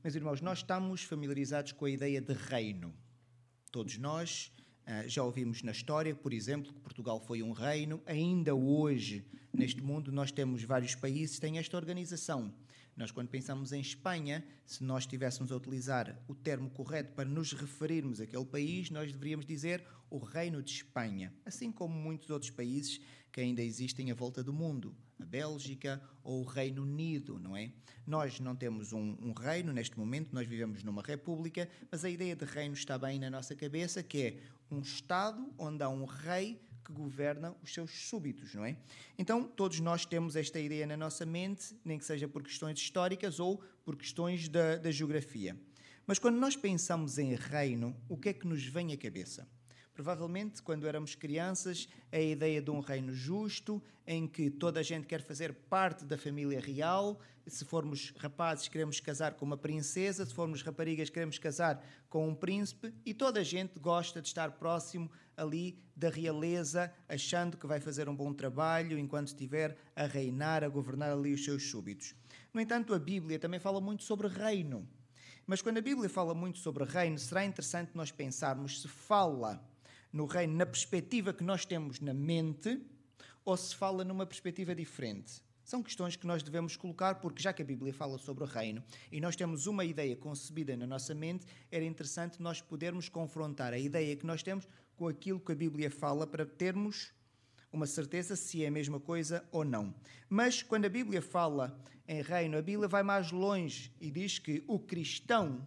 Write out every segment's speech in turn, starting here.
Meus irmãos, nós estamos familiarizados com a ideia de reino. Todos nós já ouvimos na história, por exemplo, que Portugal foi um reino. Ainda hoje, neste mundo, nós temos vários países que têm esta organização. Nós, quando pensamos em Espanha, se nós estivéssemos a utilizar o termo correto para nos referirmos àquele país, nós deveríamos dizer o Reino de Espanha, assim como muitos outros países que ainda existem à volta do mundo, a Bélgica ou o Reino Unido, não é? Nós não temos um reino neste momento, nós vivemos numa república, mas a ideia de reino está bem na nossa cabeça, que é um Estado onde há um rei que governa os seus súbitos, não é? Então, todos nós temos esta ideia na nossa mente, nem que seja por questões históricas ou por questões da geografia. Mas quando nós pensamos em reino, o que é que nos vem à cabeça? Provavelmente, quando éramos crianças, a ideia de um reino justo, em que toda a gente quer fazer parte da família real. Se formos rapazes, queremos casar com uma princesa. Se formos raparigas, queremos casar com um príncipe. E toda a gente gosta de estar próximo ali da realeza, achando que vai fazer um bom trabalho enquanto estiver a reinar, a governar ali os seus súbitos. No entanto, a Bíblia também fala muito sobre reino. Mas quando a Bíblia fala muito sobre reino, será interessante nós pensarmos se fala no reino na perspectiva que nós temos na mente ou se fala numa perspectiva diferente. São questões que nós devemos colocar, porque já que a Bíblia fala sobre o reino e nós temos uma ideia concebida na nossa mente, era interessante nós podermos confrontar a ideia que nós temos com aquilo que a Bíblia fala para termos uma certeza se é a mesma coisa ou não. Mas quando a Bíblia fala em reino, a Bíblia vai mais longe e diz que o cristão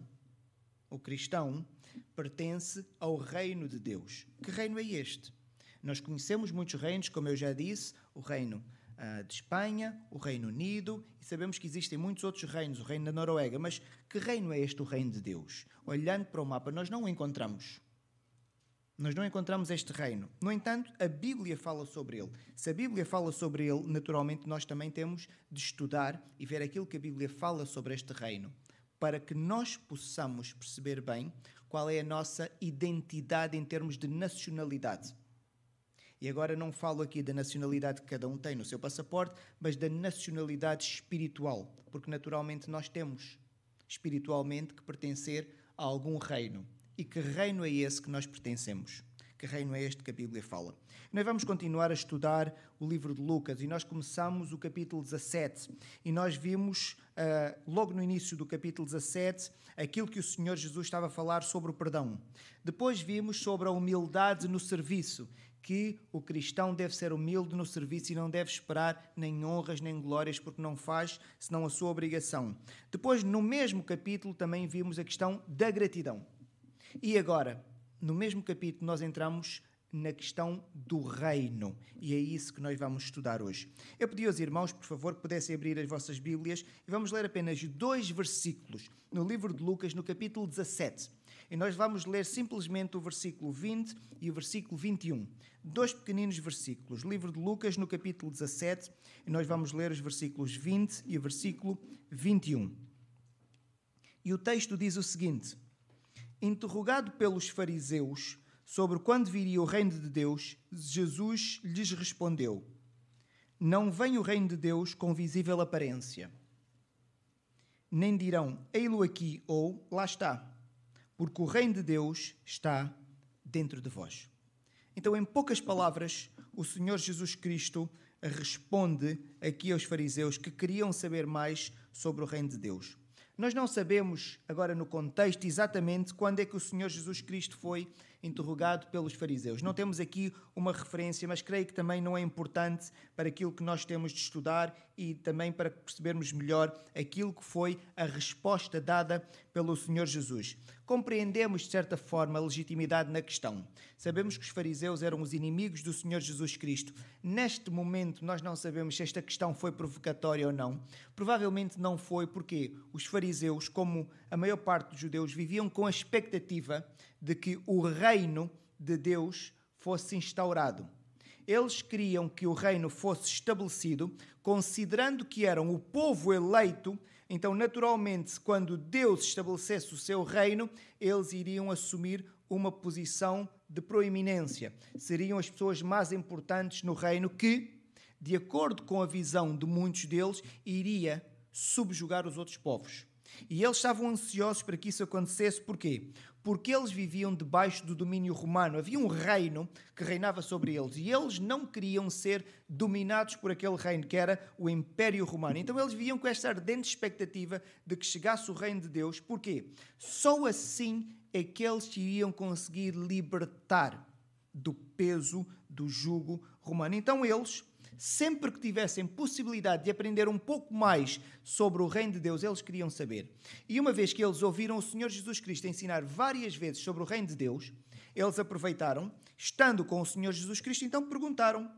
pertence ao reino de Deus. Que reino é este? Nós conhecemos muitos reinos, como eu já disse, o reino de Espanha, o Reino Unido, e sabemos que existem muitos outros reinos, o reino da Noruega, mas que reino é este, o reino de Deus? Olhando para o mapa, nós não o encontramos. Nós não encontramos este reino. No entanto, a Bíblia fala sobre ele. Se a Bíblia fala sobre ele, naturalmente nós também temos de estudar e ver aquilo que a Bíblia fala sobre este reino, para que nós possamos perceber bem qual é a nossa identidade em termos de nacionalidade. E agora não falo aqui da nacionalidade que cada um tem no seu passaporte, mas da nacionalidade espiritual, porque naturalmente nós temos espiritualmente que pertencer a algum reino. E que reino é esse que nós pertencemos? Que reino é este que a Bíblia fala? Nós vamos continuar a estudar o livro de Lucas e nós começamos o capítulo 17 e nós vimos, logo no início do capítulo 17, aquilo que o Senhor Jesus estava a falar sobre o perdão. Depois vimos sobre a humildade no serviço, que o cristão deve ser humilde no serviço e não deve esperar nem honras nem glórias porque não faz senão a sua obrigação. Depois, no mesmo capítulo, também vimos a questão da gratidão. E agora, no mesmo capítulo, nós entramos na questão do reino. E é isso que nós vamos estudar hoje. Eu pedi aos irmãos, por favor, que pudessem abrir as vossas Bíblias e vamos ler apenas 2 versículos no livro de Lucas, no capítulo 17. E nós vamos ler simplesmente o versículo 20 e o versículo 21. 2 pequeninos versículos. Livro de Lucas, no capítulo 17, e nós vamos ler os versículos 20 e o versículo 21. E o texto diz o seguinte: interrogado pelos fariseus sobre quando viria o reino de Deus, Jesus lhes respondeu: não vem o reino de Deus com visível aparência. Nem dirão, ei-lo aqui, ou lá está, porque o reino de Deus está dentro de vós. Então, em poucas palavras, o Senhor Jesus Cristo responde aqui aos fariseus que queriam saber mais sobre o reino de Deus. Nós não sabemos, agora no contexto, exatamente quando é que o Senhor Jesus Cristo foi interrogado pelos fariseus. Não temos aqui uma referência, mas creio que também não é importante para aquilo que nós temos de estudar e também para percebermos melhor aquilo que foi a resposta dada pelo Senhor Jesus. Compreendemos, de certa forma, a legitimidade na questão. Sabemos que os fariseus eram os inimigos do Senhor Jesus Cristo. Neste momento, nós não sabemos se esta questão foi provocatória ou não. Provavelmente não foi, porque os fariseus, como a maior parte dos judeus, viviam com a expectativa de que o reino de Deus fosse instaurado. Eles queriam que o reino fosse estabelecido, considerando que eram o povo eleito. Então, naturalmente, quando Deus estabelecesse o seu reino, eles iriam assumir uma posição de proeminência. Seriam as pessoas mais importantes no reino que, de acordo com a visão de muitos deles, iria subjugar os outros povos. E eles estavam ansiosos para que isso acontecesse. Porquê? Porque eles viviam debaixo do domínio romano. Havia um reino que reinava sobre eles. E eles não queriam ser dominados por aquele reino, que era o Império Romano. Então eles viviam com esta ardente expectativa de que chegasse o reino de Deus. Porquê? Só assim é que eles iriam conseguir libertar do peso do jugo romano. Então eles, sempre que tivessem possibilidade de aprender um pouco mais sobre o reino de Deus, eles queriam saber. E uma vez que eles ouviram o Senhor Jesus Cristo ensinar várias vezes sobre o reino de Deus, eles aproveitaram, estando com o Senhor Jesus Cristo, então perguntaram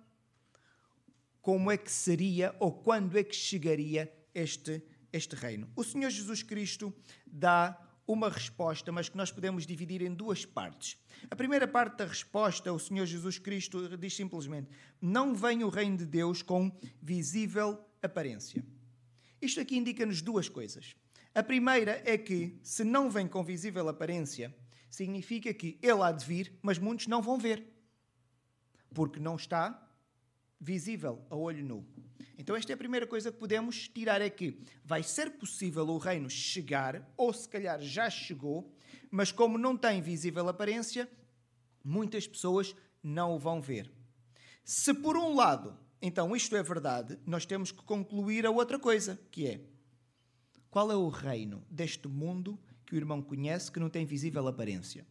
como é que seria ou quando é que chegaria este reino. O Senhor Jesus Cristo dá uma resposta, mas que nós podemos dividir em duas partes. A primeira parte da resposta, o Senhor Jesus Cristo diz simplesmente: não vem o reino de Deus com visível aparência. Isto aqui indica-nos duas coisas. A primeira é que, se não vem com visível aparência, significa que ele há de vir, mas muitos não vão ver, porque não está visível a olho nu. Então esta é a primeira coisa que podemos tirar, é que vai ser possível o reino chegar, ou se calhar já chegou, mas como não tem visível aparência, muitas pessoas não o vão ver. Se por um lado, então isto é verdade, nós temos que concluir a outra coisa, que é: qual é o reino deste mundo que o irmão conhece que não tem visível aparência?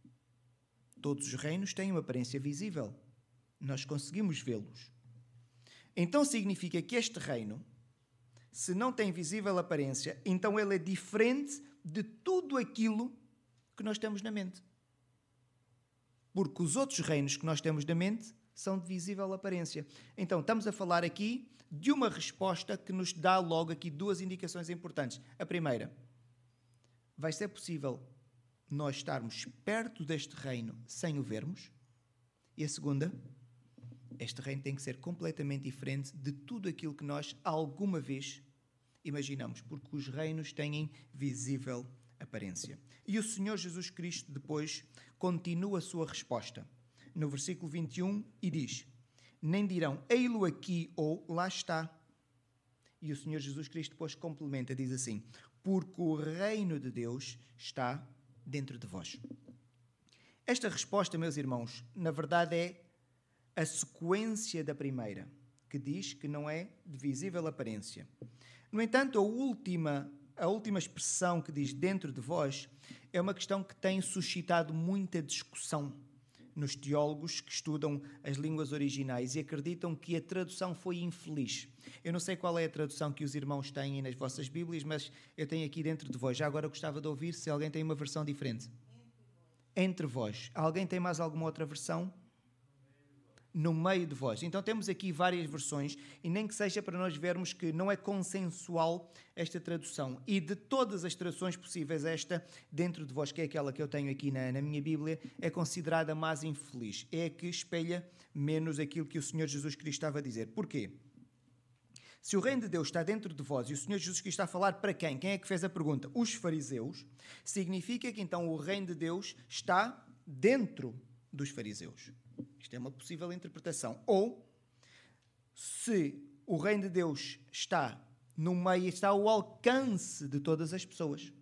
Todos os reinos têm uma aparência visível. Nós conseguimos vê-los. Então significa que este reino, se não tem visível aparência, então ele é diferente de tudo aquilo que nós temos na mente. Porque os outros reinos que nós temos na mente são de visível aparência. Então estamos a falar aqui de uma resposta que nos dá logo aqui duas indicações importantes. A primeira: vai ser possível nós estarmos perto deste reino sem o vermos? E a segunda: este reino tem que ser completamente diferente de tudo aquilo que nós alguma vez imaginamos, porque os reinos têm visível aparência. E o Senhor Jesus Cristo depois continua a sua resposta no versículo 21 e diz: nem dirão ei-lo aqui ou lá está. E o Senhor Jesus Cristo depois complementa, diz assim: porque o reino de Deus está dentro de vós. Esta resposta, meus irmãos, na verdade é a sequência da primeira, que diz que não é de visível aparência. No entanto, a última expressão que diz dentro de vós é uma questão que tem suscitado muita discussão nos teólogos que estudam as línguas originais e acreditam que a tradução foi infeliz. Eu não sei qual é a tradução que os irmãos têm nas vossas Bíblias, mas eu tenho aqui dentro de vós. Já agora gostava de ouvir se alguém tem uma versão diferente. Entre vós. Alguém tem mais alguma outra versão? No meio de vós. Então temos aqui várias versões e nem que seja para nós vermos que não é consensual esta tradução. E de todas as traduções possíveis, esta dentro de vós, que é aquela que eu tenho aqui na minha Bíblia, é considerada mais infeliz. É a que espelha menos aquilo que o Senhor Jesus Cristo estava a dizer. Porquê? Se o reino de Deus está dentro de vós e o Senhor Jesus Cristo está a falar para quem? Quem é que fez a pergunta? Os fariseus. Significa que então o reino de Deus está dentro dos fariseus. Isto é uma possível interpretação. Ou, se o reino de Deus está no meio, está ao alcance de todas as pessoas.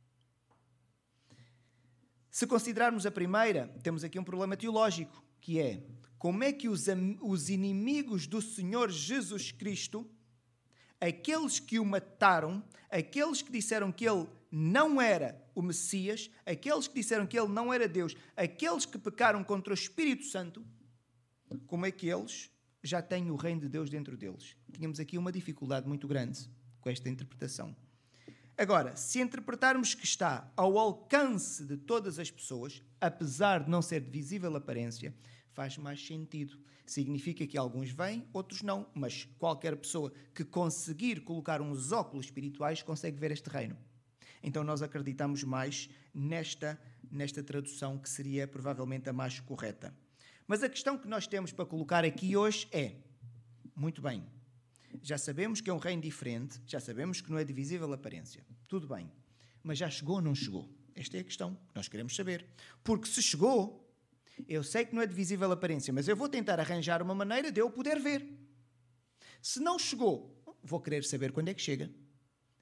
Se considerarmos a primeira, temos aqui um problema teológico, que é: como é que os inimigos do Senhor Jesus Cristo, aqueles que o mataram, aqueles que disseram que ele não era o Messias, aqueles que disseram que ele não era Deus, aqueles que pecaram contra o Espírito Santo, como é que eles já têm o reino de Deus dentro deles? Tínhamos aqui uma dificuldade muito grande com esta interpretação. Agora, se interpretarmos que está ao alcance de todas as pessoas, apesar de não ser de visível aparência, faz mais sentido. Significa que alguns vêm, outros não, mas qualquer pessoa que conseguir colocar uns óculos espirituais consegue ver este reino. Então nós acreditamos mais nesta tradução, que seria provavelmente a mais correta. Mas a questão que nós temos para colocar aqui hoje é: muito bem, já sabemos que é um reino diferente, já sabemos que não é de visível aparência, tudo bem, mas já chegou ou não chegou? Esta é a questão que nós queremos saber. Porque se chegou, eu sei que não é de visível aparência, mas eu vou tentar arranjar uma maneira de eu poder ver. Se não chegou, vou querer saber quando é que chega.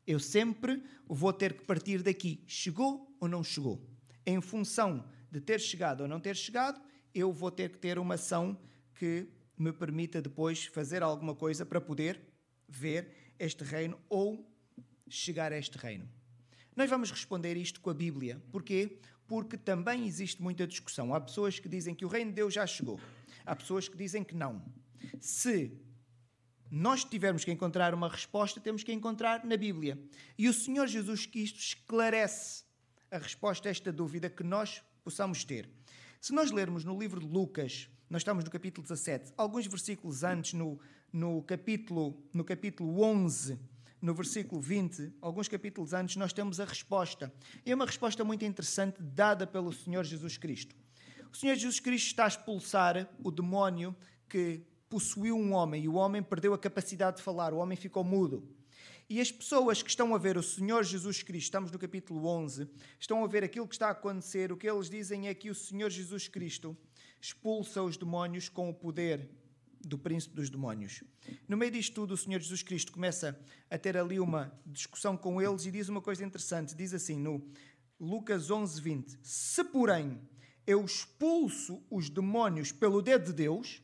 Eu sempre vou ter que partir daqui. Chegou ou não chegou? Em função de ter chegado ou não ter chegado, eu vou ter que ter uma ação que me permita depois fazer alguma coisa para poder ver este reino ou chegar a este reino. Nós vamos responder isto com a Bíblia. Porquê? Porque também existe muita discussão. Há pessoas que dizem que o reino de Deus já chegou. Há pessoas que dizem que não. Se nós tivermos que encontrar uma resposta, temos que encontrar na Bíblia. E o Senhor Jesus Cristo esclarece a resposta a esta dúvida que nós possamos ter. Se nós lermos no livro de Lucas, nós estamos no capítulo 17, alguns versículos antes, no capítulo 11, no versículo 20, alguns capítulos antes, nós temos a resposta. E é uma resposta muito interessante dada pelo Senhor Jesus Cristo. O Senhor Jesus Cristo está a expulsar o demónio que possuiu um homem e o homem perdeu a capacidade de falar, o homem ficou mudo. E as pessoas que estão a ver o Senhor Jesus Cristo, estamos no capítulo 11, estão a ver aquilo que está a acontecer, o que eles dizem é que o Senhor Jesus Cristo expulsa os demónios com o poder do príncipe dos demónios. No meio disto tudo, o Senhor Jesus Cristo começa a ter ali uma discussão com eles e diz uma coisa interessante. Diz assim, no Lucas 11, 20. Se, porém, eu expulso os demónios pelo dedo de Deus,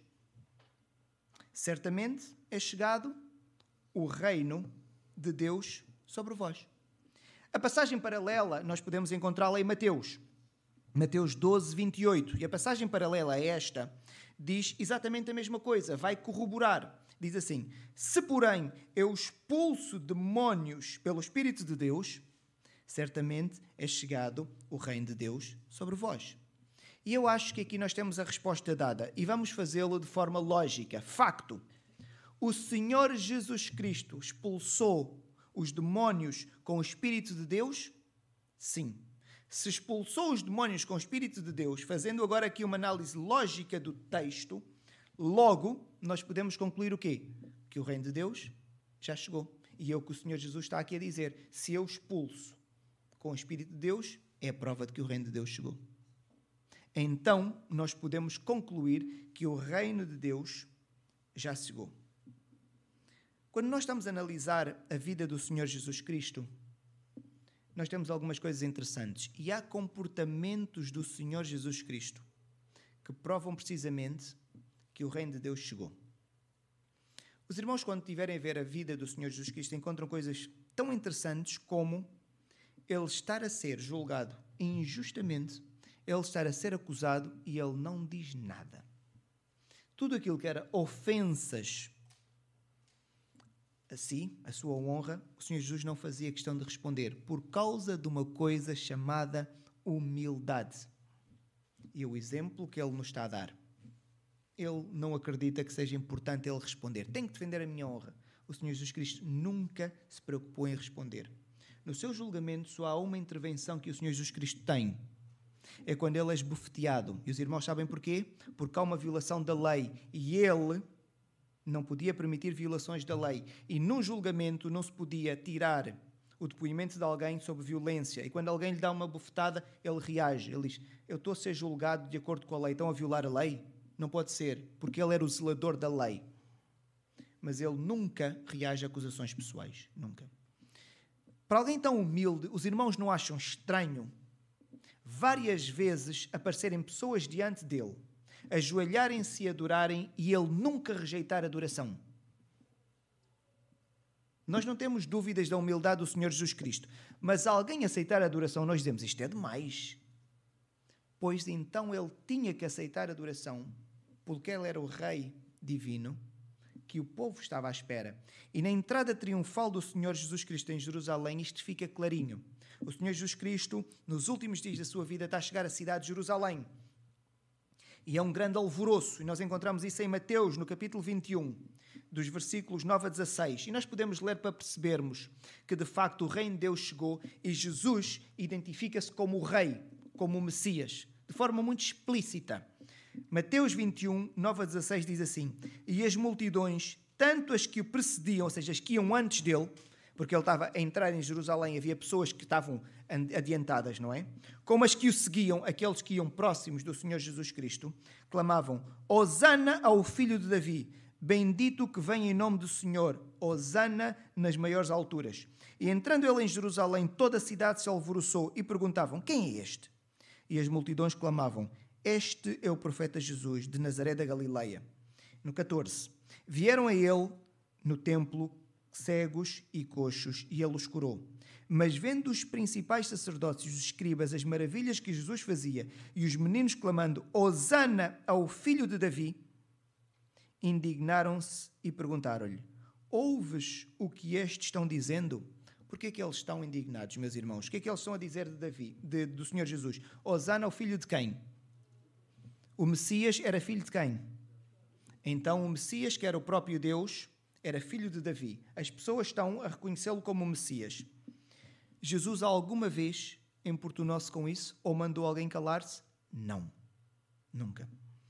certamente é chegado o reino de Deus sobre vós. A passagem paralela nós podemos encontrá-la em Mateus 12, 28. E a passagem paralela a esta diz exatamente a mesma coisa, vai corroborar. Diz assim, se porém eu expulso demónios pelo Espírito de Deus, certamente é chegado o reino de Deus sobre vós. E eu acho que aqui nós temos a resposta dada e vamos fazê-lo de forma lógica. Facto, o Senhor Jesus Cristo expulsou os demónios com o Espírito de Deus? Sim. Se expulsou os demónios com o Espírito de Deus, fazendo agora aqui uma análise lógica do texto, logo nós podemos concluir o quê? Que o reino de Deus já chegou. E é o que o Senhor Jesus está aqui a dizer. Se eu expulso com o Espírito de Deus, é a prova de que o reino de Deus chegou. Então, nós podemos concluir que o reino de Deus já chegou. Quando nós estamos a analisar a vida do Senhor Jesus Cristo, nós temos algumas coisas interessantes. E há comportamentos do Senhor Jesus Cristo que provam precisamente que o reino de Deus chegou. Os irmãos, quando tiverem a ver a vida do Senhor Jesus Cristo, encontram coisas tão interessantes como ele estar a ser julgado injustamente, ele estar a ser acusado e ele não diz nada. Tudo aquilo que era ofensas a si, a sua honra, o Senhor Jesus não fazia questão de responder por causa de uma coisa chamada humildade. E o exemplo que ele nos está a dar, ele não acredita que seja importante ele responder. Tenho que defender a minha honra. O Senhor Jesus Cristo nunca se preocupou em responder. No seu julgamento só há uma intervenção que o Senhor Jesus Cristo tem. É quando ele é esbofeteado. E os irmãos sabem porquê? Porque há uma violação da lei. E ele não podia permitir violações da lei. E num julgamento não se podia tirar o depoimento de alguém sobre violência. E quando alguém lhe dá uma bofetada, ele reage. Ele diz, eu estou a ser julgado de acordo com a lei. Estão a violar a lei? Não pode ser. Porque ele era o zelador da lei. Mas ele nunca reage a acusações pessoais. Nunca. Para alguém tão humilde, os irmãos não acham estranho várias vezes aparecerem pessoas diante dele, ajoelharem-se e adorarem e ele nunca rejeitar a adoração? Nós não temos dúvidas da humildade do Senhor Jesus Cristo, mas alguém aceitar a adoração, nós dizemos, isto é demais. Pois então ele tinha que aceitar a adoração, porque ele era o Rei divino, que o povo estava à espera. E na entrada triunfal do Senhor Jesus Cristo em Jerusalém, isto fica clarinho. O Senhor Jesus Cristo, nos últimos dias da sua vida, está a chegar à cidade de Jerusalém. E é um grande alvoroço. E nós encontramos isso em Mateus, no capítulo 21, dos versículos 9 a 16. E nós podemos ler para percebermos que, de facto, o reino de Deus chegou e Jesus identifica-se como o Rei, como o Messias, de forma muito explícita. Mateus 21, 9 a 16 diz assim, e as multidões, tanto as que o precediam, ou seja, as que iam antes dele, porque ele estava a entrar em Jerusalém, havia pessoas que estavam adiantadas, não é? Como as que o seguiam, aqueles que iam próximos do Senhor Jesus Cristo, clamavam, Hosana ao filho de Davi, bendito que vem em nome do Senhor, hosana nas maiores alturas. E entrando ele em Jerusalém, toda a cidade se alvoroçou e perguntavam, quem é este? E as multidões clamavam, este é o profeta Jesus, de Nazaré da Galileia. No 14, vieram a ele no templo cegos e coxos, e ele os curou. Mas vendo os principais sacerdotes e os escribas as maravilhas que Jesus fazia, e os meninos clamando, hosana ao filho de Davi, indignaram-se e perguntaram-lhe, ouves o que estes estão dizendo? Porquê é que eles estão indignados, meus irmãos? O que é que eles estão a dizer de Davi, do Senhor Jesus? Hosana ao filho de quem? O Messias era filho de quem? Então o Messias, que era o próprio Deus, era filho de Davi. As pessoas estão a reconhecê-lo como o Messias. Jesus alguma vez importunou-se com isso? Ou mandou alguém calar-se? Não. Nunca.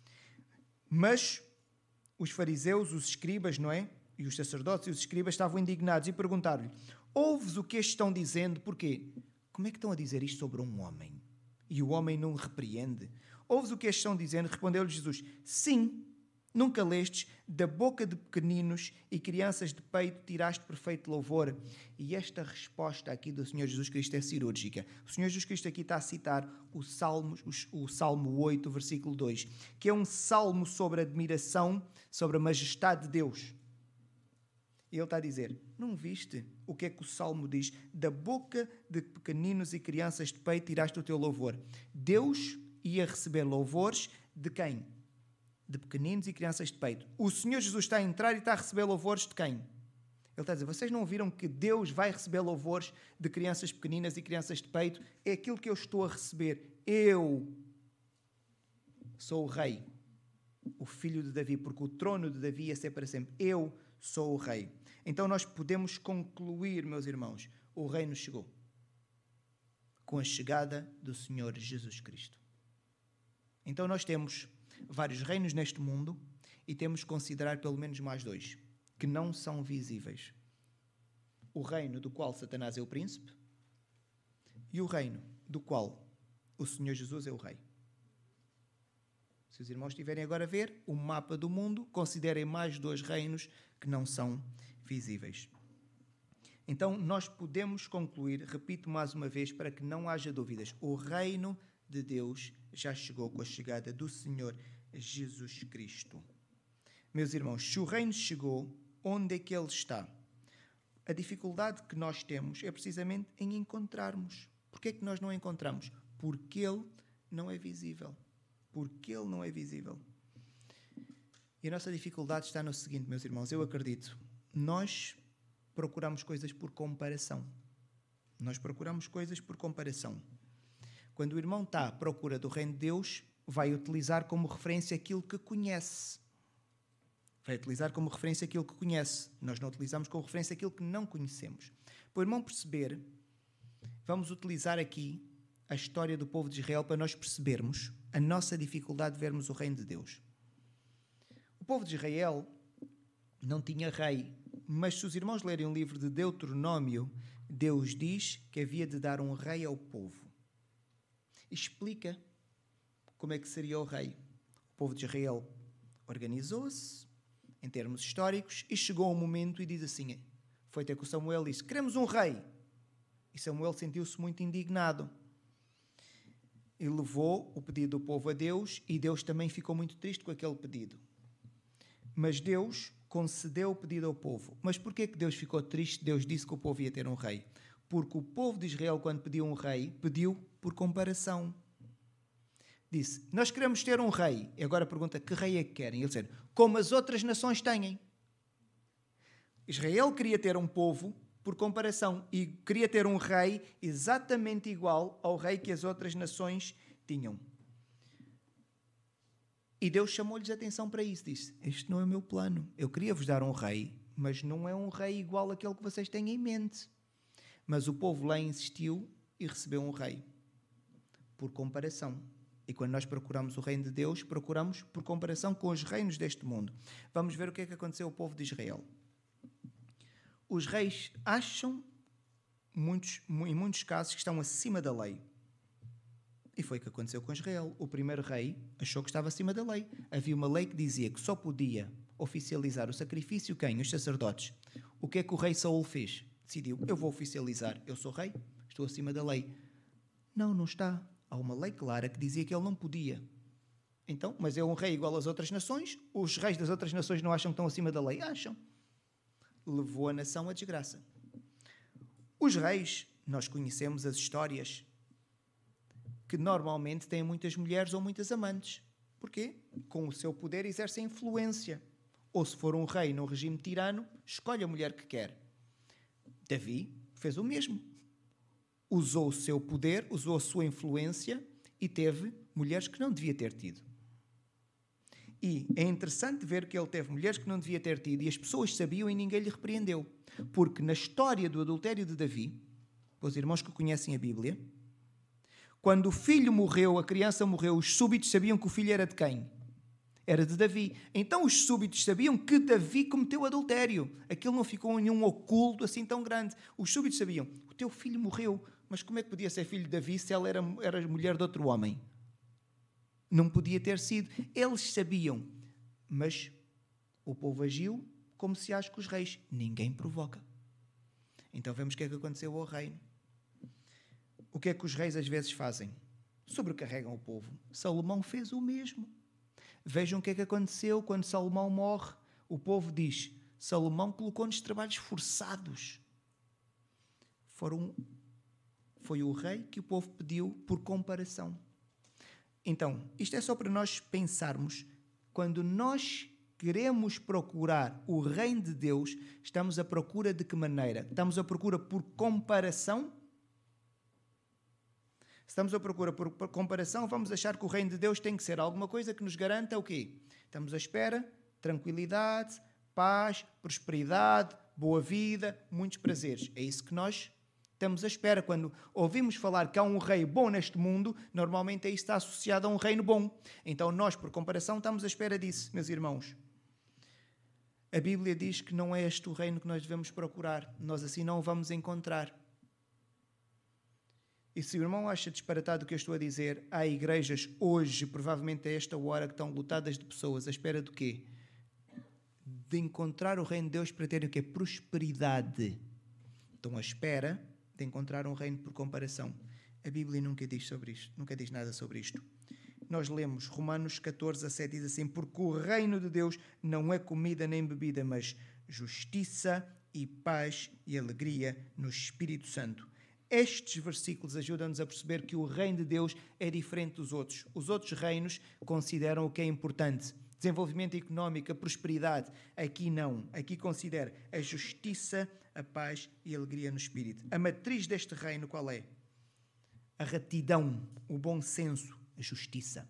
Mas os fariseus, os escribas, não é? E os sacerdotes e os escribas estavam indignados e perguntaram-lhe, ouves o que estes estão dizendo? Porquê? Como é que estão a dizer isto sobre um homem? E o homem não repreende? Ouves o que estes estão dizendo? Respondeu-lhe Jesus, sim. Nunca lestes, da boca de pequeninos e crianças de peito tiraste perfeito louvor. E esta resposta aqui do Senhor Jesus Cristo é cirúrgica. O Senhor Jesus Cristo aqui está a citar o Salmo 8, versículo 2, que é um salmo sobre admiração, sobre a majestade de Deus. E ele está a dizer, não viste o que é que o Salmo diz? Da boca de pequeninos e crianças de peito tiraste o teu louvor. Deus ia receber louvores de quem? De pequeninos e crianças de peito. O Senhor Jesus está a entrar e está a receber louvores de quem? Ele está a dizer, vocês não ouviram que Deus vai receber louvores de crianças pequeninas e crianças de peito? É aquilo que eu estou a receber. Eu sou o rei, o filho de Davi, porque o trono de Davi ia ser para sempre. Eu sou o rei. Então nós podemos concluir, meus irmãos, o reino chegou com a chegada do Senhor Jesus Cristo. Então nós temos vários reinos neste mundo e temos que considerar pelo menos mais dois, que não são visíveis. O reino do qual Satanás é o príncipe e o reino do qual o Senhor Jesus é o rei. Se os irmãos estiverem agora a ver o mapa do mundo, considerem mais dois reinos que não são visíveis. Então nós podemos concluir, repito mais uma vez para que não haja dúvidas, o reino de Deus já chegou com a chegada do Senhor Jesus Cristo. Meus irmãos, se o reino chegou, onde é que ele está? A dificuldade que nós temos é precisamente em encontrarmos. Porquê é que nós não encontramos? Porque ele não é visível. Porque ele não é visível. E a nossa dificuldade está no seguinte, meus irmãos, eu acredito, nós procuramos coisas por comparação. Nós procuramos coisas por comparação. Quando o irmão está à procura do reino de Deus, vai utilizar como referência aquilo que conhece. Vai utilizar como referência aquilo que conhece. Nós não utilizamos como referência aquilo que não conhecemos. Para o irmão perceber, vamos utilizar aqui a história do povo de Israel para nós percebermos a nossa dificuldade de vermos o reino de Deus. O povo de Israel não tinha rei, mas se os irmãos lerem o livro de Deuteronômio, Deus diz que havia de dar um rei ao povo. Explica como é que seria o rei. O povo de Israel organizou-se em termos históricos e chegou um momento e diz assim, foi até que o Samuel disse, queremos um rei. E Samuel sentiu-se muito indignado. E levou o pedido do povo a Deus e Deus também ficou muito triste com aquele pedido. Mas Deus concedeu o pedido ao povo. Mas porquê que Deus ficou triste? Deus disse que o povo ia ter um rei. Porque o povo de Israel, quando pediu um rei, pediu por comparação. Disse, nós queremos ter um rei. E agora pergunta, que rei é que querem? Ele disse, como as outras nações têm. Israel queria ter um povo por comparação e queria ter um rei exatamente igual ao rei que as outras nações tinham. E Deus chamou-lhes a atenção para isso. Disse, este não é o meu plano. Eu queria vos dar um rei, mas não é um rei igual àquele que vocês têm em mente. Mas o povo lá insistiu e recebeu um rei. Por comparação. E quando nós procuramos o reino de Deus, procuramos por comparação com os reinos deste mundo. Vamos ver o que é que aconteceu ao povo de Israel. Os reis acham, em muitos casos, que estão acima da lei. E foi o que aconteceu com Israel. O primeiro rei achou que estava acima da lei. Havia uma lei que dizia que só podia oficializar o sacrifício, quem? Os sacerdotes. O que é que o rei Saul fez? Decidiu, eu vou oficializar, eu sou rei, estou acima da lei. Não, não está. Há uma lei clara que dizia que ele não podia. Então, mas é um rei igual às outras nações? Os reis das outras nações não acham que estão acima da lei? Acham. Levou a nação à desgraça. Os reis, nós conhecemos as histórias, que normalmente têm muitas mulheres ou muitas amantes. Porquê? Com o seu poder exercem influência. Ou se for um rei num regime tirano, escolhe a mulher que quer. Davi fez o mesmo. Usou o seu poder, usou a sua influência e teve mulheres que não devia ter tido. E é interessante ver que ele teve mulheres que não devia ter tido e as pessoas sabiam e ninguém lhe repreendeu. Porque na história do adultério de Davi, para os irmãos que conhecem a Bíblia, quando o filho morreu, a criança morreu, os súbitos sabiam que o filho era de quem? Era de Davi. Então os súbitos sabiam que Davi cometeu adultério. Aquilo não ficou em nenhum oculto assim tão grande. Os súbitos sabiam, o teu filho morreu, mas como é que podia ser filho de Davi se ela era mulher de outro homem? Não podia ter sido. Eles sabiam, mas o povo agiu como se age com os reis. Ninguém provoca. Então vemos o que é que aconteceu ao reino. O que é que os reis às vezes fazem? Sobrecarregam o povo. Salomão fez o mesmo. Vejam o que é que aconteceu quando Salomão morre. O povo diz, Salomão colocou-nos trabalhos forçados. Foi o rei que o povo pediu por comparação. Então, isto é só para nós pensarmos, quando nós queremos procurar o reino de Deus, estamos à procura de que maneira? Estamos à procura por comparação? Se estamos à procura por comparação, vamos achar que o reino de Deus tem que ser alguma coisa que nos garanta o quê? Estamos à espera, tranquilidade, paz, prosperidade, boa vida, muitos prazeres. É isso que nós estamos à espera. Quando ouvimos falar que há um rei bom neste mundo, normalmente isso está associado a um reino bom. Então nós, por comparação, estamos à espera disso, meus irmãos. A Bíblia diz que não é este o reino que nós devemos procurar. Nós assim não o vamos encontrar. E se o irmão acha disparatado o que eu estou a dizer, há igrejas hoje, provavelmente a esta hora, que estão lotadas de pessoas à espera do quê? De encontrar o reino de Deus para terem o quê? Prosperidade. Estão à espera de encontrar um reino por comparação. A Bíblia nunca diz sobre isto, nunca diz nada sobre isto. Nós lemos Romanos 14:7, diz assim, porque o reino de Deus não é comida nem bebida, mas justiça e paz e alegria no Espírito Santo. Estes versículos ajudam-nos a perceber que o reino de Deus é diferente dos outros. Os outros reinos consideram o que é importante. Desenvolvimento económico, a prosperidade. Aqui não. Aqui considera a justiça, a paz e a alegria no Espírito. A matriz deste reino qual é? A retidão, o bom senso, a justiça.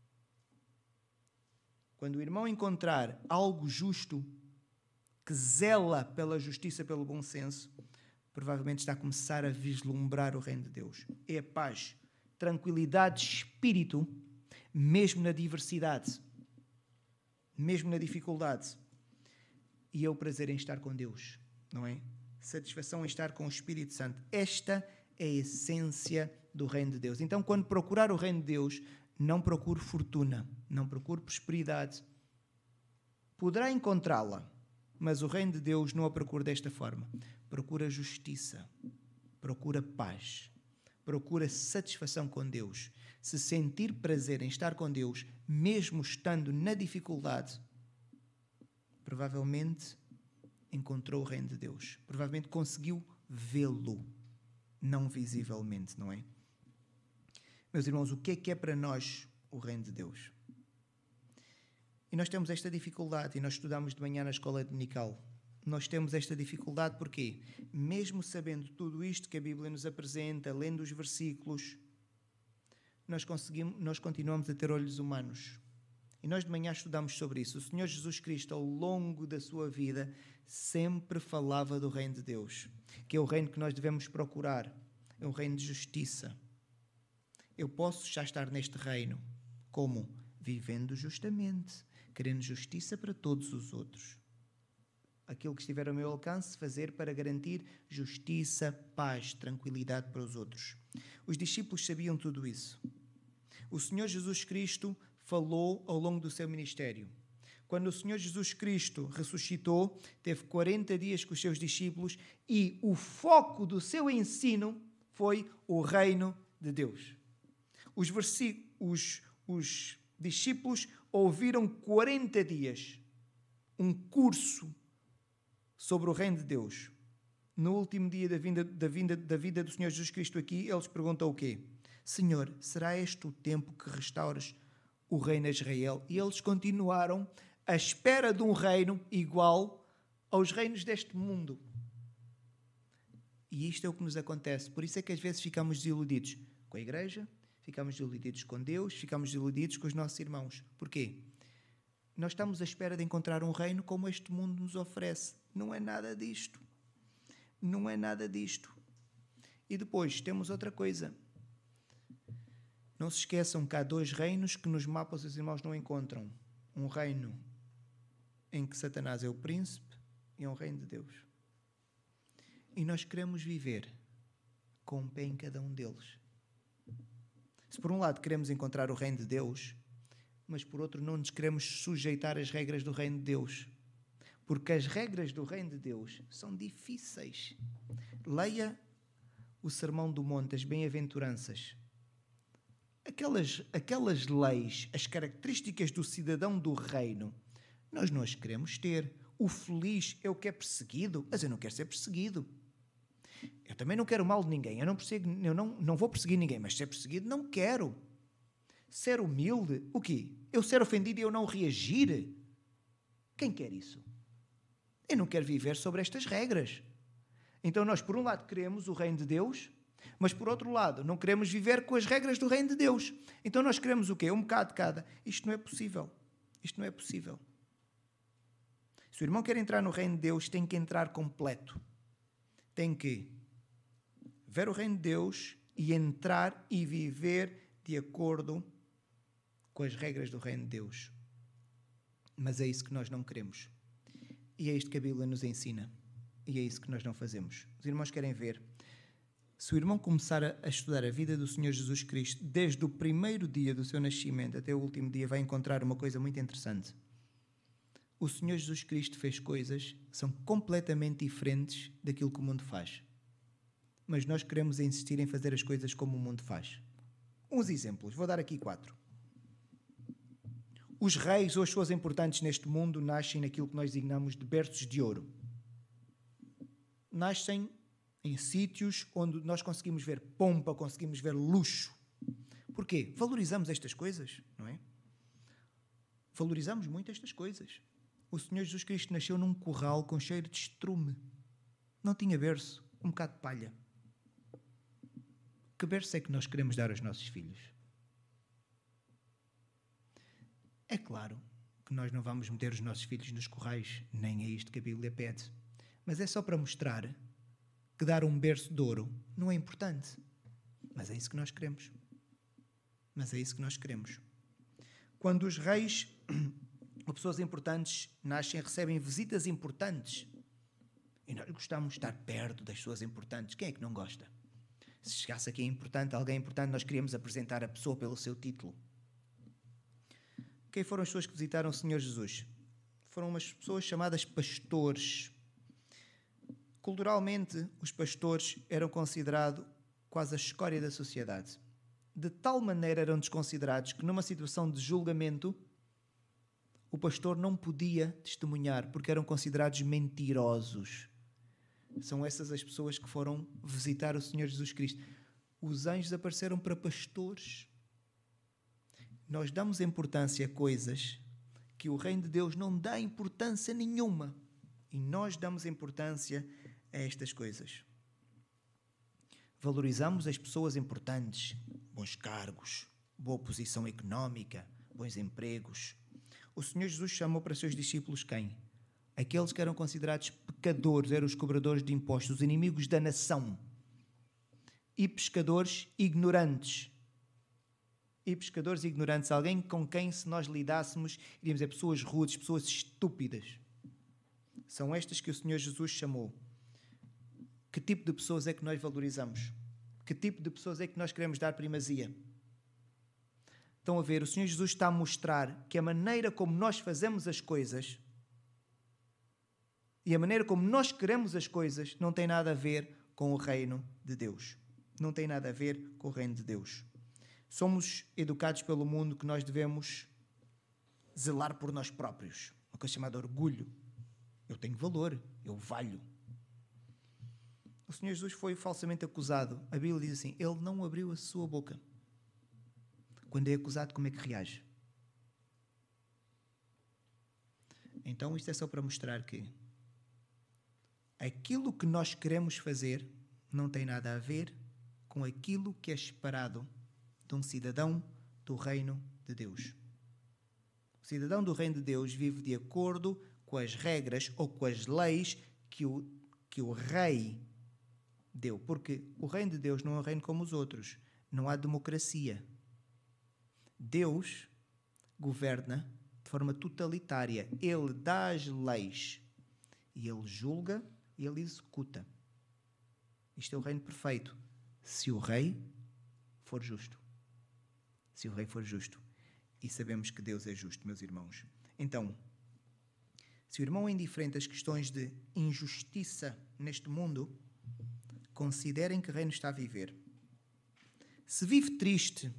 Quando o irmão encontrar algo justo, que zela pela justiça, pelo bom senso, provavelmente está a começar a vislumbrar o reino de Deus. É a paz, tranquilidade de espírito, mesmo na diversidade, mesmo na dificuldade. E é o prazer em estar com Deus, não é? Satisfação em estar com o Espírito Santo. Esta é a essência do reino de Deus. Então, quando procurar o reino de Deus, não procure fortuna, não procure prosperidade. Poderá encontrá-la, mas o reino de Deus não a procura desta forma. Procura justiça, procura paz, procura satisfação com Deus. Se sentir prazer em estar com Deus, mesmo estando na dificuldade, provavelmente encontrou o reino de Deus. Provavelmente conseguiu vê-lo, não visivelmente, não é? Meus irmãos, o que é para nós o reino de Deus? E nós temos esta dificuldade, e nós estudamos de manhã na escola dominical. Nós temos esta dificuldade porque, mesmo sabendo tudo isto que a Bíblia nos apresenta, lendo os versículos, nós continuamos a ter olhos humanos. E nós de manhã estudamos sobre isso. O Senhor Jesus Cristo, ao longo da sua vida, sempre falava do reino de Deus, que é o reino que nós devemos procurar. É um reino de justiça. Eu posso já estar neste reino. Como? Vivendo justamente, querendo justiça para todos os outros. Aquilo que estiver ao meu alcance, fazer para garantir justiça, paz, tranquilidade para os outros. Os discípulos sabiam tudo isso. O Senhor Jesus Cristo falou ao longo do seu ministério. Quando o Senhor Jesus Cristo ressuscitou, teve 40 dias com os seus discípulos e o foco do seu ensino foi o reino de Deus. Os discípulos ouviram 40 dias um curso sobre o reino de Deus. No último dia da vida do Senhor Jesus Cristo aqui, eles perguntam o quê? Senhor, será este o tempo que restauras o reino a Israel? E eles continuaram à espera de um reino igual aos reinos deste mundo. E isto é o que nos acontece. Por isso é que às vezes ficamos desiludidos com a igreja, ficamos desiludidos com Deus, ficamos desiludidos com os nossos irmãos. Porquê? Nós estamos à espera de encontrar um reino como este mundo nos oferece. Não é nada disto. Não é nada disto. E depois temos outra coisa. Não se esqueçam que há 2 reinos que nos mapas os irmãos não encontram. Um reino em que Satanás é o príncipe e é um reino de Deus. E nós queremos viver com um pé em cada um deles. Se por um lado queremos encontrar o reino de Deus, mas por outro não nos queremos sujeitar às regras do reino de Deus. Porque as regras do reino de Deus são difíceis. Leia o Sermão do Monte, as bem-aventuranças. Aquelas leis, as características do cidadão do reino, nós não as queremos ter. O feliz é o que é perseguido, mas eu não quero ser perseguido. Eu também não quero mal de ninguém. Eu não vou perseguir ninguém, mas ser perseguido não quero. Ser humilde, o quê? Eu ser ofendido e eu não reagir? Quem quer isso? Eu não quero viver sobre estas regras. Então nós, por um lado, queremos o reino de Deus, mas por outro lado, não queremos viver com as regras do reino de Deus. Então nós queremos o quê? Um bocado de cada. Isto não é possível. Isto não é possível. Se o irmão quer entrar no reino de Deus, tem que entrar completo. Tem que ver o reino de Deus e entrar e viver de acordo com as regras do reino de Deus. Mas é isso que nós não queremos. E é isto que a Bíblia nos ensina. E é isso que nós não fazemos. Os irmãos querem ver. Se o irmão começar a estudar a vida do Senhor Jesus Cristo, desde o primeiro dia do seu nascimento até o último dia, vai encontrar uma coisa muito interessante. O Senhor Jesus Cristo fez coisas que são completamente diferentes daquilo que o mundo faz. Mas nós queremos insistir em fazer as coisas como o mundo faz. Uns exemplos. Vou dar aqui 4. Os reis ou as pessoas importantes neste mundo nascem naquilo que nós designamos de berços de ouro. Nascem em sítios onde nós conseguimos ver pompa, conseguimos ver luxo. Porquê? Valorizamos estas coisas, não é? Valorizamos muito estas coisas. O Senhor Jesus Cristo nasceu num curral com cheiro de estrume. Não tinha berço, um bocado de palha. Que berço é que nós queremos dar aos nossos filhos? É claro que nós não vamos meter os nossos filhos nos currais, nem é isto que a Bíblia pede. Mas é só para mostrar que dar um berço de ouro não é importante. Mas é isso que nós queremos. Mas é isso que nós queremos. Quando os reis ou pessoas importantes nascem, recebem visitas importantes. E nós gostamos de estar perto das pessoas importantes. Quem é que não gosta? Se chegasse aqui alguém importante, nós queríamos apresentar a pessoa pelo seu título. Quem foram as pessoas que visitaram o Senhor Jesus? Foram umas pessoas chamadas pastores. Culturalmente, os pastores eram considerados quase a escória da sociedade. De tal maneira eram desconsiderados que numa situação de julgamento, o pastor não podia testemunhar porque eram considerados mentirosos. São essas as pessoas que foram visitar o Senhor Jesus Cristo. Os anjos apareceram para pastores. Nós damos importância a coisas que o reino de Deus não dá importância nenhuma. E nós damos importância a estas coisas. Valorizamos as pessoas importantes, bons cargos, boa posição económica, bons empregos. O Senhor Jesus chamou para seus discípulos quem? Aqueles que eram considerados pecadores, eram os cobradores de impostos, os inimigos da nação. E pescadores ignorantes. Alguém com quem, se nós lidássemos, iríamos dizer pessoas rudes, pessoas estúpidas. São estas que o Senhor Jesus chamou. Que tipo de pessoas é que nós valorizamos? Que tipo de pessoas é que nós queremos dar primazia? Estão a ver? O Senhor Jesus está a mostrar que a maneira como nós fazemos as coisas e a maneira como nós queremos as coisas não tem nada a ver com o reino de Deus. Não tem nada a ver com o reino de Deus. Somos educados pelo mundo que nós devemos zelar por nós próprios. Uma coisa chamada orgulho. Eu tenho valor, eu valho. O Senhor Jesus foi falsamente acusado. A Bíblia diz assim, ele não abriu a sua boca. Quando é acusado, como é que reage? Então isto é só para mostrar que aquilo que nós queremos fazer não tem nada a ver com aquilo que é esperado de um cidadão do reino de Deus. O cidadão do reino de Deus vive de acordo com as regras ou com as leis que o rei deu. Porque o reino de Deus não é um reino como os outros. Não há democracia. Deus governa de forma totalitária. Ele dá as leis e ele julga e ele executa. Isto é o reino perfeito. Se o rei for justo. Se o rei for justo. E sabemos que Deus é justo, meus irmãos. Então, se o irmão é indiferente às questões de injustiça neste mundo, considerem que reino está a viver. Se vive triste,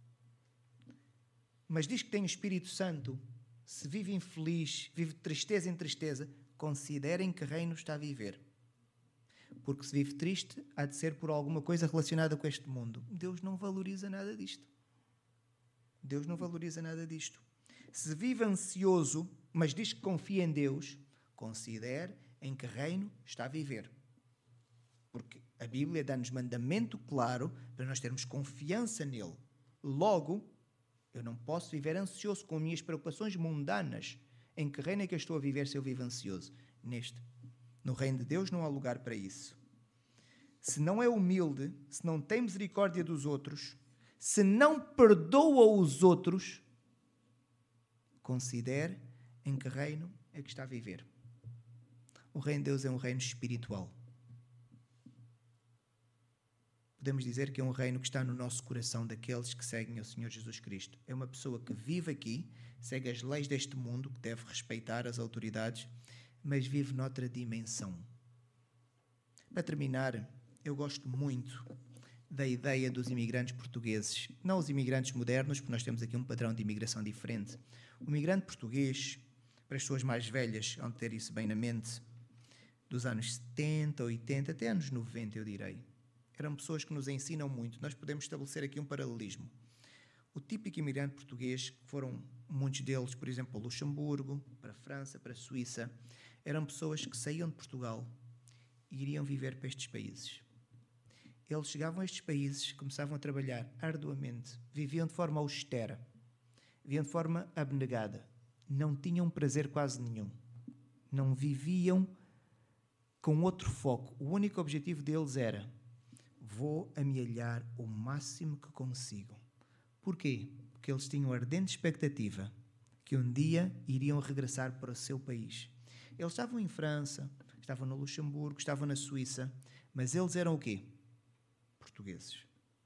mas diz que tem o Espírito Santo, se vive infeliz, vive de tristeza em tristeza, considerem que reino está a viver. Porque se vive triste, há de ser por alguma coisa relacionada com este mundo. Deus não valoriza nada disto. Deus não valoriza nada disto. Se vive ansioso, mas diz que confia em Deus, considere em que reino está a viver. Porque a Bíblia dá-nos mandamento claro para nós termos confiança nele. Logo, eu não posso viver ansioso com minhas preocupações mundanas. Em que reino é que eu estou a viver se eu vivo ansioso? Neste. No reino de Deus não há lugar para isso. Se não é humilde, se não tem misericórdia dos outros, se não perdoa os outros, considere em que reino é que está a viver. O reino de Deus é um reino espiritual. Podemos dizer que é um reino que está no nosso coração daqueles que seguem ao Senhor Jesus Cristo. É uma pessoa que vive aqui, segue as leis deste mundo, que deve respeitar as autoridades, mas vive noutra dimensão. Para terminar, eu gosto muito da ideia dos imigrantes portugueses. Não os imigrantes modernos, porque nós temos aqui um padrão de imigração diferente. O imigrante português, para as pessoas mais velhas, vão ter isso bem na mente, dos anos 70, 80, até anos 90, eu direi. Eram pessoas que nos ensinam muito. Nós podemos estabelecer aqui um paralelismo. O típico imigrante português, que foram muitos deles, por exemplo, para Luxemburgo, para a França, para a Suíça, eram pessoas que saíam de Portugal e iriam viver para estes países. Eles chegavam a estes países, começavam a trabalhar arduamente, viviam de forma austera, viviam de forma abnegada, não tinham prazer quase nenhum, não viviam com outro foco. O único objetivo deles era: vou amealhar o máximo que consigo. Porquê? Porque eles tinham ardente expectativa que um dia iriam regressar para o seu país. Eles estavam em França, estavam no Luxemburgo, estavam na Suíça, mas eles eram o quê? Portugueses.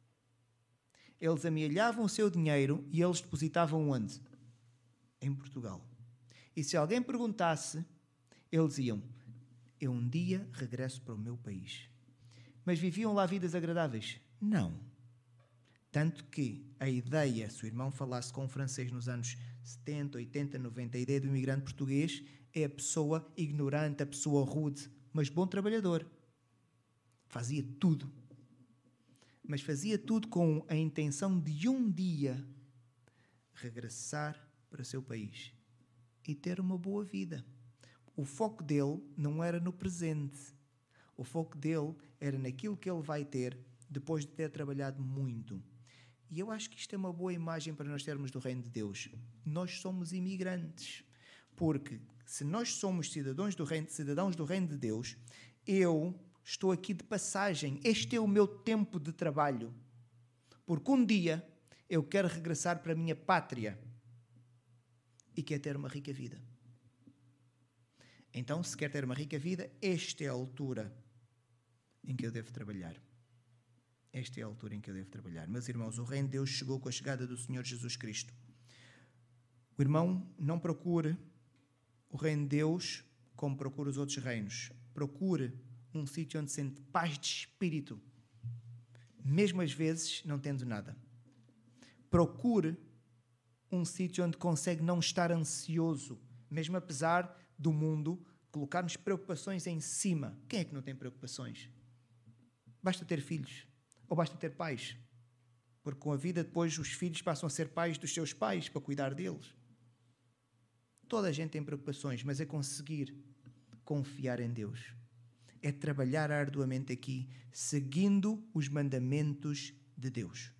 Eles amealhavam o seu dinheiro e eles depositavam onde? Em Portugal. E se alguém perguntasse, eles iam: eu um dia regresso para o meu país. Mas viviam lá vidas agradáveis? Não. Tanto que a ideia, se o irmão falasse com um francês nos anos 70, 80, 90, a ideia do imigrante português é a pessoa ignorante, a pessoa rude, mas bom trabalhador. Fazia tudo. Mas fazia tudo com a intenção de um dia regressar para o seu país e ter uma boa vida. O foco dele não era no presente. O foco dele era naquilo que ele vai ter depois de ter trabalhado muito. E eu acho que isto é uma boa imagem para nós termos do reino de Deus. Nós somos imigrantes. Porque se nós somos cidadãos do reino de Deus, eu estou aqui de passagem. Este é o meu tempo de trabalho. Porque um dia eu quero regressar para a minha pátria e quero ter uma rica vida. Então, se quer ter uma rica vida, esta é a altura em que eu devo trabalhar. esta é a altura em que eu devo trabalhar. Meus irmãos, o reino de Deus chegou com a chegada do Senhor Jesus Cristo. O irmão não procure o reino de Deus como procura os outros reinos. Procure um sítio onde sente paz de espírito, mesmo às vezes não tendo nada. Procure um sítio onde consegue não estar ansioso, mesmo apesar do mundo colocar-nos preocupações em cima. Quem é que não tem preocupações? Basta ter filhos, ou basta ter pais, porque com a vida depois os filhos passam a ser pais dos seus pais para cuidar deles. Toda a gente tem preocupações, mas é conseguir confiar em Deus. É trabalhar arduamente aqui, seguindo os mandamentos de Deus.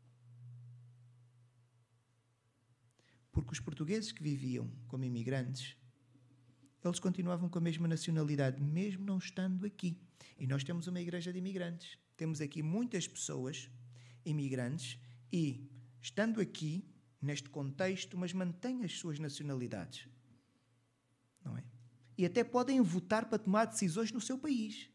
Porque os portugueses que viviam como imigrantes, eles continuavam com a mesma nacionalidade, mesmo não estando aqui. E nós temos uma igreja de imigrantes. Temos aqui muitas pessoas imigrantes e, estando aqui, neste contexto, mas mantêm as suas nacionalidades. Não é? E até podem votar para tomar decisões no seu país.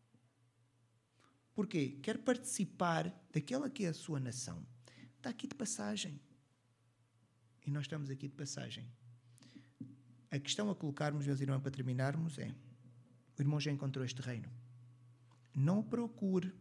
Porquê? Quer participar daquela que é a sua nação. Está aqui de passagem. E nós estamos aqui de passagem. A questão a colocarmos, meus irmãos, para terminarmos é: o irmão já encontrou este reino. Não o procure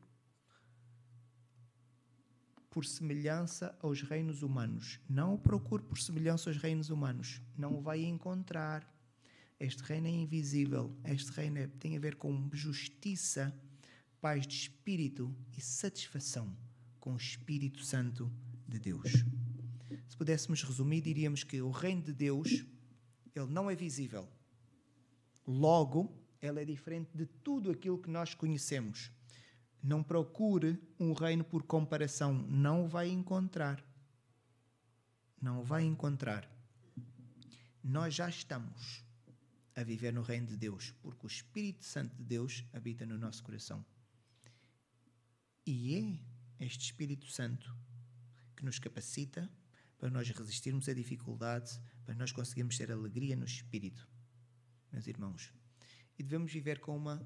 por semelhança aos reinos humanos. Não o procure por semelhança aos reinos humanos. Não o vai encontrar. Este reino é invisível. Este reino tem a ver com justiça, paz de espírito e satisfação com o Espírito Santo de Deus. Se pudéssemos resumir, diríamos que o reino de Deus, ele não é visível. Logo, ele é diferente de tudo aquilo que nós conhecemos. Não procure um reino por comparação. Não o vai encontrar. Não o vai encontrar. Nós já estamos a viver no reino de Deus, porque o Espírito Santo de Deus habita no nosso coração. E é este Espírito Santo que nos capacita para nós resistirmos à dificuldade, para nós conseguirmos ter alegria no Espírito, meus irmãos. E devemos viver com uma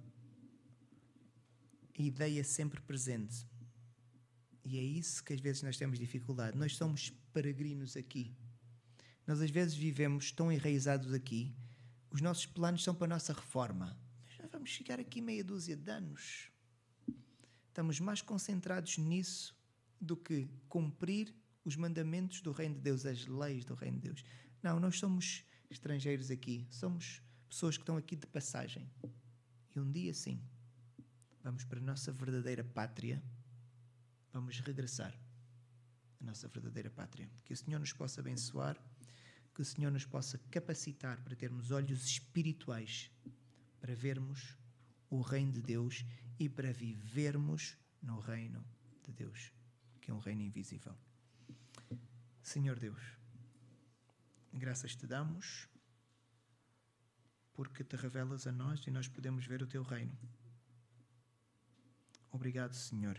ideia sempre presente. E é isso que às vezes nós temos dificuldade. Nós somos peregrinos aqui. Nós às vezes vivemos tão enraizados aqui. Os nossos planos são para a nossa reforma. Mas nós vamos ficar aqui meia dúzia de anos. Estamos mais concentrados nisso do que cumprir os mandamentos do reino de Deus, as leis do reino de Deus. Não, nós somos estrangeiros aqui. Somos pessoas que estão aqui de passagem. E um dia, sim, vamos para a nossa verdadeira pátria. Vamos regressar à nossa verdadeira pátria. Que o Senhor nos possa abençoar, que o Senhor nos possa capacitar para termos olhos espirituais, para vermos o reino de Deus e para vivermos no reino de Deus, que é um reino invisível. Senhor Deus, graças te damos porque te revelas a nós e nós podemos ver o teu reino. Obrigado, Senhor,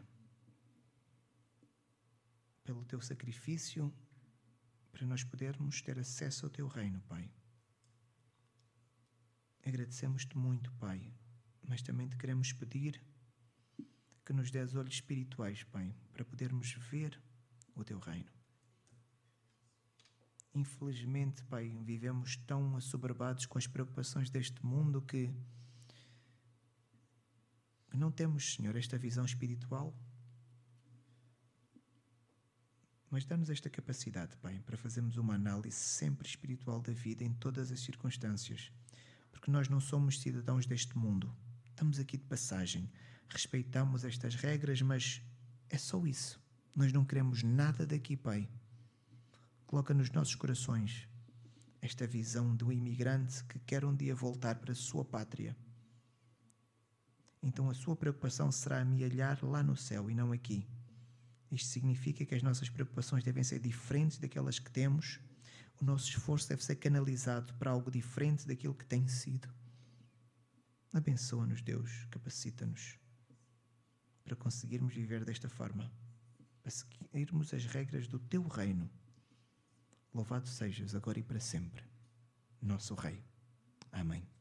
pelo teu sacrifício para nós podermos ter acesso ao teu reino, Pai. Agradecemos-te muito, Pai, mas também te queremos pedir que nos dês olhos espirituais, Pai, para podermos ver o teu reino. Infelizmente, Pai, vivemos tão assoberbados com as preocupações deste mundo que não temos, Senhor, esta visão espiritual. Mas dá-nos esta capacidade, Pai, para fazermos uma análise sempre espiritual da vida em todas as circunstâncias. Porque nós não somos cidadãos deste mundo. Estamos aqui de passagem. Respeitamos estas regras, mas é só isso. Nós não queremos nada daqui, Pai. Coloca nos nossos corações esta visão do imigrante que quer um dia voltar para a sua pátria. Então a sua preocupação será amealhar lá no céu e não aqui. Isto significa que as nossas preocupações devem ser diferentes daquelas que temos. O nosso esforço deve ser canalizado para algo diferente daquilo que tem sido. Abençoa-nos, Deus, capacita-nos para conseguirmos viver desta forma, para seguirmos as regras do teu reino. Louvado sejas agora e para sempre, nosso Rei. Amém.